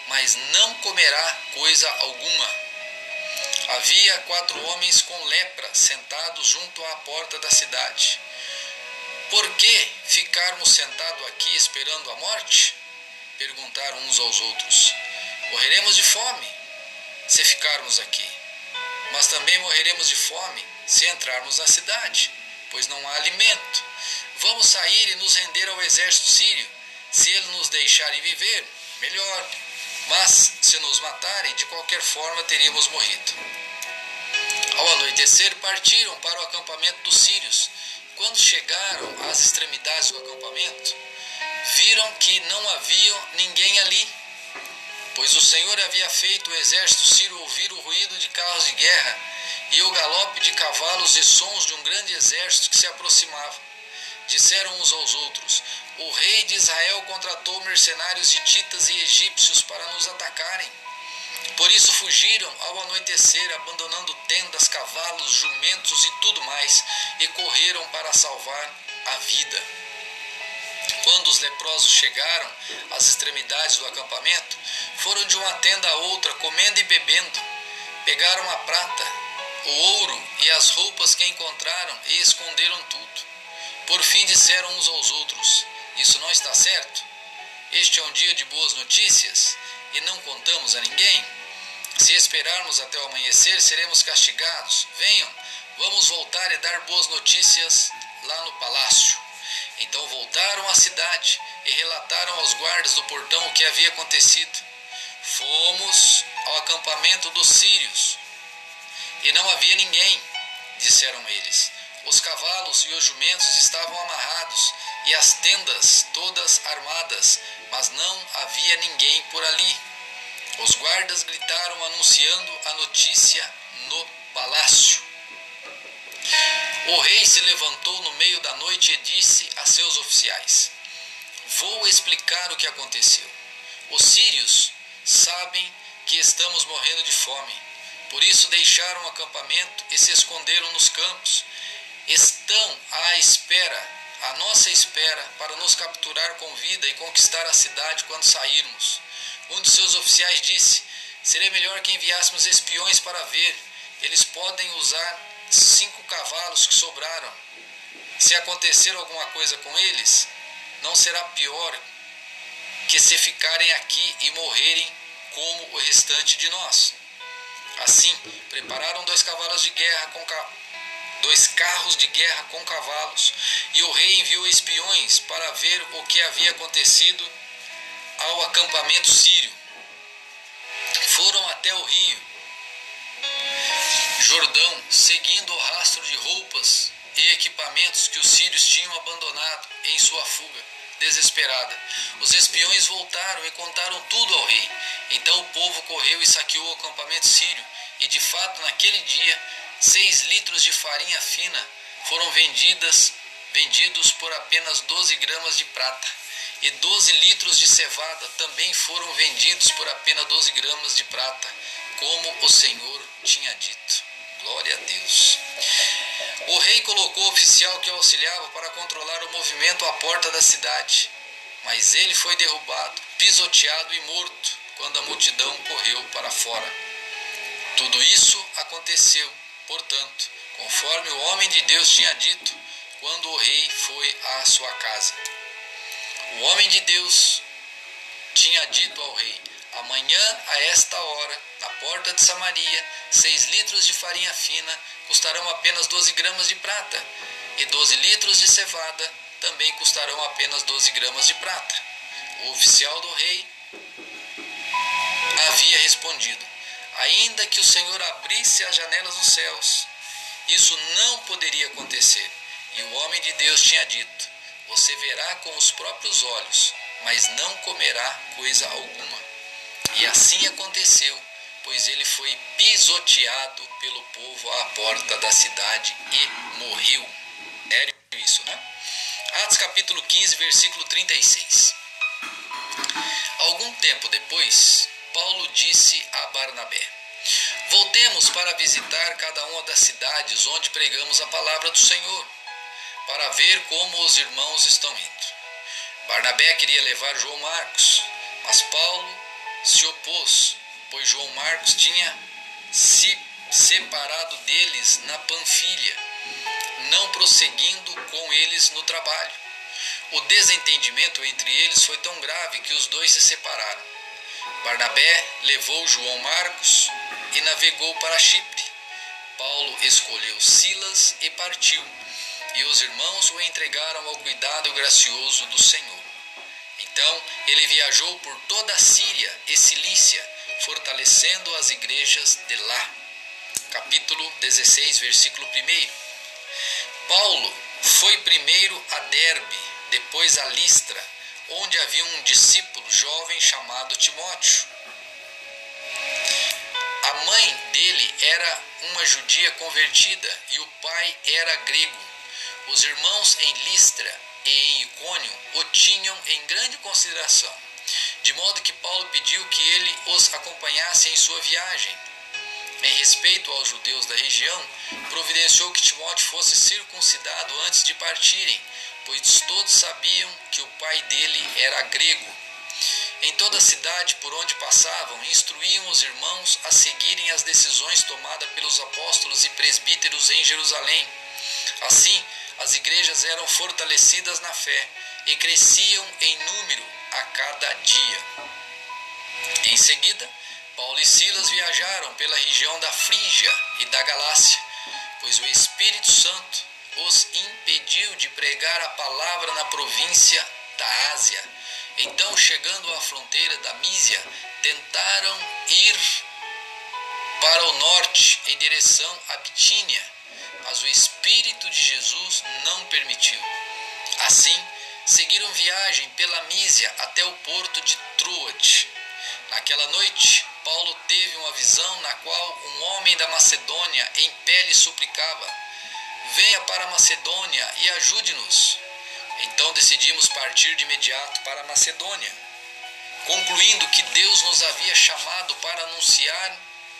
Speaker 2: mas não comerá coisa alguma. Havia 4 homens com lepra sentados junto à porta da cidade. Por que ficarmos sentados aqui esperando a morte? Perguntaram uns aos outros. Morreremos de fome se ficarmos aqui, mas também morreremos de fome se entrarmos na cidade, pois não há alimento. Vamos sair e nos render ao exército sírio. Se eles nos deixarem viver, melhor, mas se nos matarem, de qualquer forma teríamos morrido. Ao anoitecer, partiram para o acampamento dos sírios. Quando chegaram às extremidades do acampamento, viram que não havia ninguém ali, pois o Senhor havia feito o exército sírio ouvir o ruído de carros de guerra e o galope de cavalos e sons de um grande exército que se aproximava. Disseram uns aos outros: o rei de Israel contratou mercenários hititas e egípcios para nos atacarem. Por isso fugiram ao anoitecer, abandonando tendas, cavalos, jumentos e tudo mais, e correram para salvar a vida. Quando os leprosos chegaram às extremidades do acampamento, foram de uma tenda a outra, comendo e bebendo. Pegaram a prata, o ouro e as roupas que encontraram e esconderam tudo. Por fim disseram uns aos outros: isso não está certo? Este é um dia de boas notícias e não contamos a ninguém? Se esperarmos até o amanhecer, seremos castigados. Venham, vamos voltar e dar boas notícias lá no palácio. Então voltaram à cidade e relataram aos guardas do portão o que havia acontecido. Fomos ao acampamento dos sírios e não havia ninguém, disseram eles. Os cavalos e os jumentos estavam amarrados e as tendas todas armadas, mas não havia ninguém por ali. Os guardas gritaram anunciando a notícia no palácio. O rei se levantou no meio da noite e disse a seus oficiais: vou explicar o que aconteceu. Os sírios sabem que estamos morrendo de fome, por isso deixaram o acampamento e se esconderam nos campos. Estão à nossa espera, para nos capturar com vida e conquistar a cidade quando sairmos. Um de seus oficiais disse: seria melhor que enviássemos espiões para ver. Eles podem usar 5 cavalos que sobraram. Se acontecer alguma coisa com eles, não será pior que se ficarem aqui e morrerem como o restante de nós. Assim, prepararam 2 carros de guerra com cavalos, e o rei enviou espiões para ver o que havia acontecido ao acampamento sírio. Foram até o rio Jordão, seguindo o rastro de roupas e equipamentos que os sírios tinham abandonado em sua fuga desesperada. Os espiões voltaram e contaram tudo ao rei. Então o povo correu e saqueou o acampamento sírio, e de fato naquele dia 6 litros de farinha fina foram vendidos por apenas 12 gramas de prata, e 12 litros de cevada também foram vendidos por apenas 12 gramas de prata, como o Senhor tinha dito. Glória a Deus. O rei colocou o oficial que o auxiliava para controlar o movimento à porta da cidade, mas ele foi derrubado, pisoteado e morto quando a multidão correu para fora. Tudo isso aconteceu, portanto, conforme o homem de Deus tinha dito, quando o rei foi à sua casa. O homem de Deus tinha dito ao rei: amanhã, a esta hora, na porta de Samaria, 6 litros de farinha fina custarão apenas 12 gramas de prata, e 12 litros de cevada também custarão apenas 12 gramas de prata. O oficial do rei havia respondido: ainda que o Senhor abrisse as janelas dos céus, isso não poderia acontecer. E o homem de Deus tinha dito: você verá com os próprios olhos, mas não comerá coisa alguma. E assim aconteceu, pois ele foi pisoteado pelo povo à porta da cidade e morreu. Sério isso, né? Atos capítulo 15, versículo 36. Algum tempo depois, Paulo disse a Barnabé: voltemos para visitar cada uma das cidades onde pregamos a palavra do Senhor, para ver como os irmãos estão indo. Barnabé queria levar João Marcos, mas Paulo se opôs, pois João Marcos tinha se separado deles na Panfilha, não prosseguindo com eles no trabalho. O desentendimento entre eles foi tão grave que os dois se separaram. Barnabé levou João Marcos e navegou para Chipre. Paulo escolheu Silas e partiu, e os irmãos o entregaram ao cuidado gracioso do Senhor. Então ele viajou por toda a Síria e Cilícia, fortalecendo as igrejas de lá. Capítulo 16, versículo 1. Paulo foi primeiro a Derbe, depois a Listra, onde havia um discípulo jovem chamado Timóteo. A mãe dele era uma judia convertida e o pai era grego. Os irmãos em Listra e em Icônio o tinham em grande consideração, de modo que Paulo pediu que ele os acompanhasse em sua viagem. Em respeito aos judeus da região, providenciou que Timóteo fosse circuncidado antes de partirem, pois todos sabiam que o pai dele era grego. Em toda a cidade por onde passavam, instruíam os irmãos a seguirem as decisões tomadas pelos apóstolos e presbíteros em Jerusalém. Assim, as igrejas eram fortalecidas na fé e cresciam em número a cada dia. Em seguida, Paulo e Silas viajaram pela região da Frígia e da Galácia, pois o Espírito Santo os impediu de pregar a palavra na província da Ásia. Então, chegando à fronteira da Mísia, tentaram ir para o norte em direção à Bitínia, mas o Espírito de Jesus não permitiu. Assim, seguiram viagem pela Mísia até o porto de Troade. Naquela noite, Paulo teve uma visão na qual um homem da Macedônia em pé lhe suplicava: venha para a Macedônia e ajude-nos. Então decidimos partir de imediato para a Macedônia, concluindo que Deus nos havia chamado para anunciar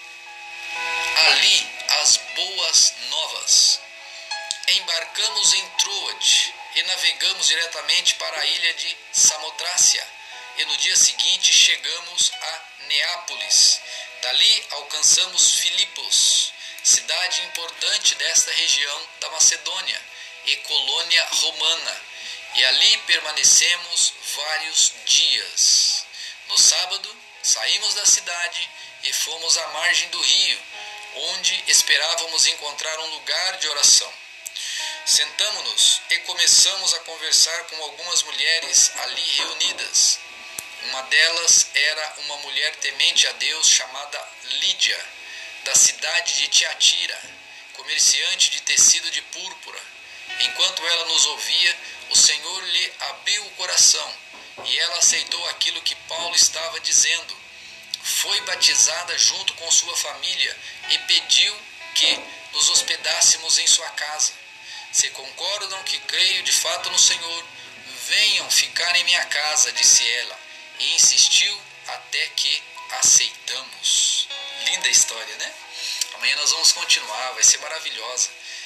Speaker 2: ali as boas novas. Embarcamos em Troade e navegamos diretamente para a ilha de Samotrácia, e no dia seguinte chegamos a Neápolis. Dali alcançamos Filipos, cidade importante desta região da Macedônia e colônia romana, e ali permanecemos vários dias. No sábado, saímos da cidade e fomos à margem do rio, onde esperávamos encontrar um lugar de oração. Sentamo-nos e começamos a conversar com algumas mulheres ali reunidas. Uma delas era uma mulher temente a Deus chamada Lídia, da cidade de Tiatira, comerciante de tecido de púrpura. Enquanto ela nos ouvia, o Senhor lhe abriu o coração e ela aceitou aquilo que Paulo estava dizendo. Foi batizada junto com sua família e pediu que nos hospedássemos em sua casa. Se concordam que creio de fato no Senhor, venham ficar em minha casa, disse ela, e insistiu até que aceitamos. Linda história, né? Amanhã nós vamos continuar, vai ser maravilhosa.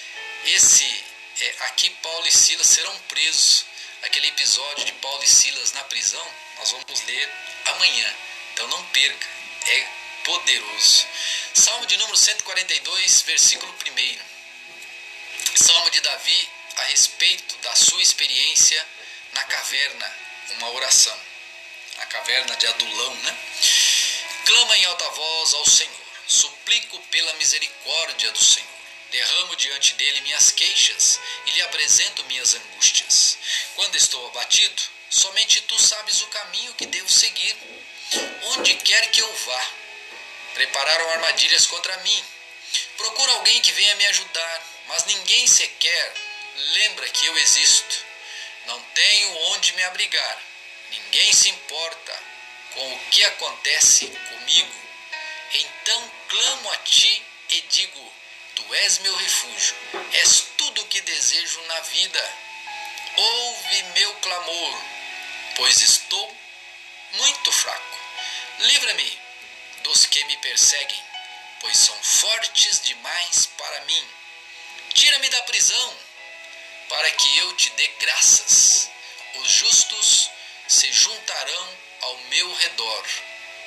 Speaker 2: Aqui Paulo e Silas serão presos. Aquele episódio de Paulo e Silas na prisão, nós vamos ler amanhã. Então não perca, é poderoso. Salmo de número 142, versículo 1. Salmo de Davi a respeito da sua experiência na caverna, uma oração. A caverna de Adulão, né? Clama em alta voz ao Senhor, suplico pela misericórdia do Senhor. Derramo diante dele minhas queixas e lhe apresento minhas angústias. Quando estou abatido, somente tu sabes o caminho que devo seguir. Onde quer que eu vá, prepararam armadilhas contra mim. Procuro alguém que venha me ajudar, mas ninguém sequer lembra que eu existo. Não tenho onde me abrigar. Ninguém se importa com o que acontece comigo. Então clamo a ti e digo: tu és meu refúgio, és tudo o que desejo na vida. Ouve meu clamor, pois estou muito fraco. Livra-me dos que me perseguem, pois são fortes demais para mim. Tira-me da prisão, para que eu te dê graças. Os justos se juntarão ao meu redor,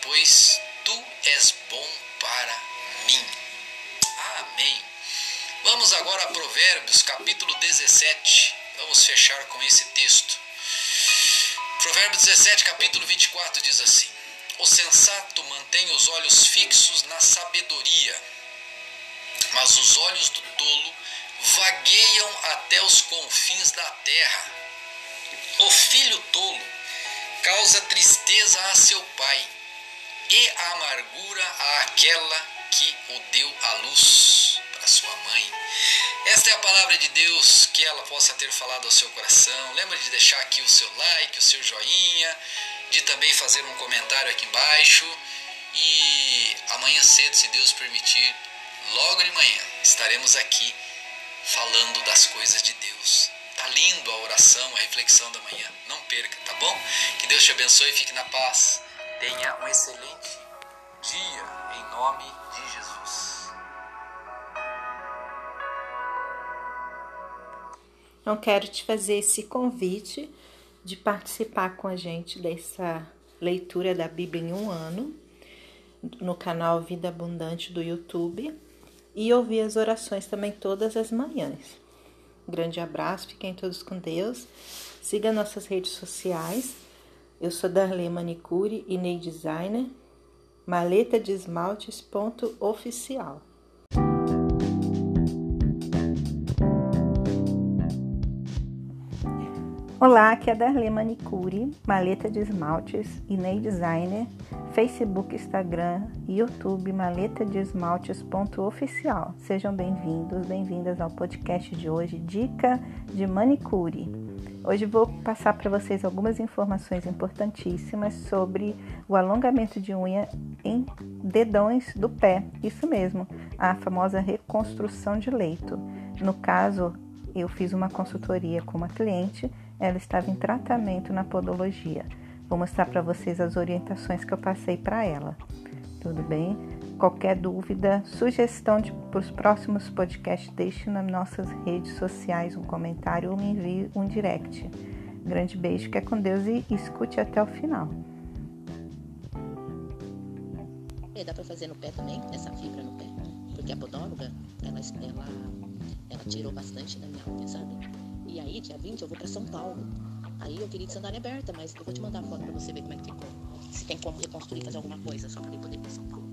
Speaker 2: pois tu és bom para mim. Amém. Vamos agora a Provérbios, capítulo 17. Vamos fechar com esse texto. Provérbios 17, capítulo 24 diz assim: o sensato mantém os olhos fixos na sabedoria, mas os olhos do tolo vagueiam até os confins da terra. O filho tolo causa tristeza a seu pai e amargura àquela que o deu à luz, para sua mãe. Esta é a palavra de Deus, que ela possa ter falado ao seu coração. Lembra de deixar aqui o seu like, o seu joinha, de também fazer um comentário aqui embaixo. E amanhã cedo, se Deus permitir, logo de manhã, estaremos aqui falando das coisas de Deus. Tá lindo a oração, a reflexão da manhã. Não perca, tá bom? Que Deus te abençoe e fique na paz. Tenha um excelente dia, em nome de Jesus.
Speaker 1: Eu quero te fazer esse convite de participar com a gente dessa leitura da Bíblia em um ano, no canal Vida Abundante do YouTube, e ouvir as orações também todas as manhãs. Grande abraço, fiquem todos com Deus. Siga nossas redes sociais. Eu sou Darley Manicure e Nail Designer, maletadesmaltes.oficial. Olá, aqui é a Darley Manicure, Maleta de Esmaltes e Nail Designer, Facebook, Instagram e YouTube, maletadesmaltes.oficial. Sejam bem-vindos, bem-vindas ao podcast de hoje, Dica de Manicure. Hoje vou passar para vocês algumas informações importantíssimas sobre o alongamento de unha em dedões do pé. Isso mesmo, a famosa reconstrução de leito. No caso, eu fiz uma consultoria com uma cliente. Ela estava em tratamento na podologia. Vou mostrar para vocês as orientações que eu passei para ela. Tudo bem? Qualquer dúvida, sugestão para os próximos podcasts, deixe nas nossas redes sociais um comentário ou me envie um direct. Grande beijo, fique com Deus e escute até o final.
Speaker 3: Dá para fazer no pé também, essa fibra no pé, porque a podóloga, ela tirou bastante da minha unha, sabe? E aí, dia 20, eu vou pra São Paulo. Aí eu queria de sandália aberta, mas eu vou te mandar a foto pra você ver como é que ficou. Se tem como reconstruir, fazer alguma coisa, só pra eu poder ir pra São Paulo.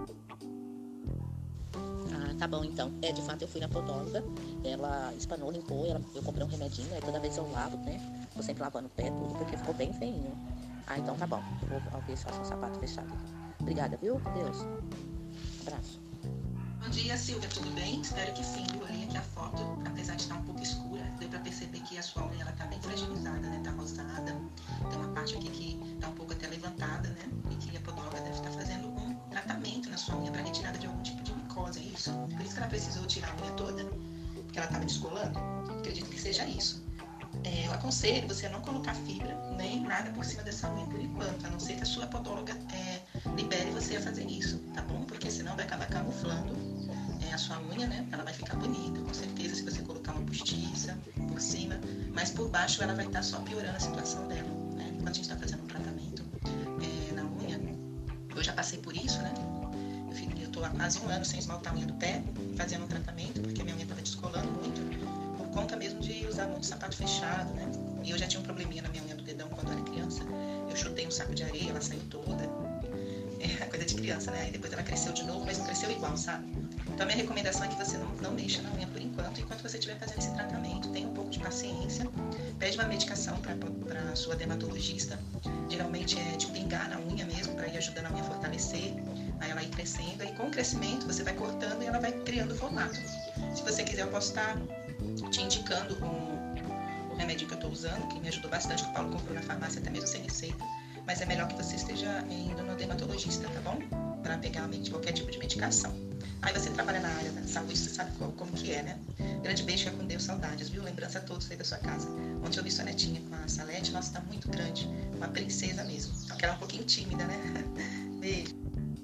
Speaker 3: Ah, tá bom então. De fato eu fui na podóloga, ela espanou, limpou, eu comprei um remedinho, aí toda vez eu lavo, né? Vou sempre lavando o pé, tudo, porque ficou bem feinho. Ah, então tá bom. Eu vou ver se faço um sapato fechado. Obrigada, viu? Deus. Abraço.
Speaker 4: Bom dia, Silvia, tudo bem? Espero que sim. Eu olhei aqui a foto, apesar de estar um pouco escura, deu para perceber que a sua unha ela tá bem fragilizada, né? Tá rosada, tem uma parte aqui que tá um pouco até levantada, né? E que a podóloga deve estar fazendo um tratamento na sua unha para retirada de algum tipo de micose, é isso? Por isso que ela precisou tirar a unha toda, porque ela estava descolando. Acredito que seja isso. Eu aconselho você a não colocar fibra nem nada por cima dessa unha por enquanto, a não ser que a sua podóloga libere você a fazer isso, tá bom? Porque senão vai acabar camuflando a sua unha, né? Ela vai ficar bonita, com certeza, se você colocar uma postiça por cima, mas por baixo ela vai estar só piorando a situação dela, né? Quando a gente está fazendo um tratamento na unha, eu já passei por isso, né? Eu tô há quase um ano sem esmaltar a unha do pé, fazendo um tratamento, porque minha unha estava descolando muito, por conta mesmo de usar muito sapato fechado, né? E eu já tinha um probleminha na minha unha do dedão quando eu era criança. Eu chutei um saco de areia, ela saiu toda. É coisa de criança, né? E depois ela cresceu de novo, mas não cresceu igual, sabe? Então a minha recomendação é que você não mexa na unha por enquanto você estiver fazendo esse tratamento. Tenha um pouco de paciência. Pede uma medicação para sua dermatologista. Geralmente é de pingar na unha mesmo, para ir ajudando a unha a fortalecer, aí ela ir crescendo. E com o crescimento você vai cortando e ela vai criando formato. Se você quiser, eu posso estar te indicando o remédio que eu estou usando, que me ajudou bastante, que o Paulo comprou na farmácia, até mesmo sem receita. Mas é melhor que você esteja indo no dermatologista, tá bom? Para pegar qualquer tipo de medicação. Aí você trabalha na área da saúde, você sabe como que é, né? Grande beijo, fica com Deus, saudades, viu? Lembrança a todos aí da sua casa. Ontem eu vi sua netinha com a Salete, nossa, tá muito grande. Uma princesa mesmo. Só que ela é um pouquinho tímida, né? Beijo.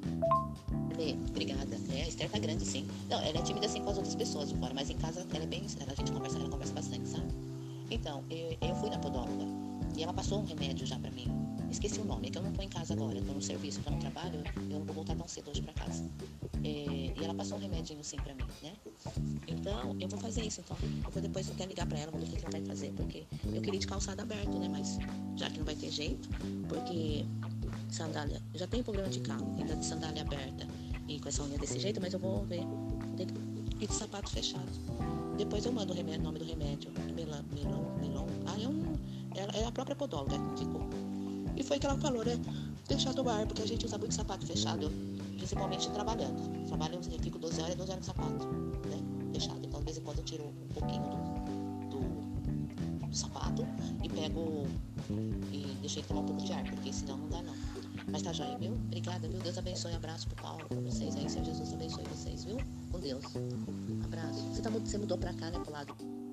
Speaker 3: Obrigada. A Esther tá grande, sim. Não, ela é tímida assim com as outras pessoas de fora, mas em casa ela é bem... A gente conversa, ela conversa bastante, sabe? Então, eu fui na podóloga e ela passou um remédio já pra mim. esqueci o nome, é que eu não tô em casa agora, eu tô no serviço, eu tô no trabalho, eu não vou voltar tão cedo hoje pra casa. E ela passou um remedinho assim pra mim, né? Então, eu vou fazer isso, então. Depois eu quero ligar pra ela, vou ver o que ela vai fazer, porque eu queria de calçado aberto, né? Mas já que não vai ter jeito, porque sandália, eu já tenho problema de calo, ainda de sandália aberta e com essa unha desse jeito, mas eu vou ver, e de sapato fechado. Depois eu mando o nome do remédio, Melon. É a própria podóloga que indicou. E foi que ela falou, né? Deixar tomar, porque a gente usa muito sapato fechado, principalmente trabalhando. Trabalho, eu fico 12 horas de sapato, né? Fechado. Então, de vez em quando eu tiro um pouquinho do sapato e pego e deixo ele tomar um pouco de ar, porque senão não dá não. Mas tá joia, viu? Obrigada, viu? Deus abençoe. Abraço pro Paulo, pra vocês aí. Senhor Jesus abençoe vocês, viu? Com Deus. Abraço. Você mudou pra cá, né? Pro lado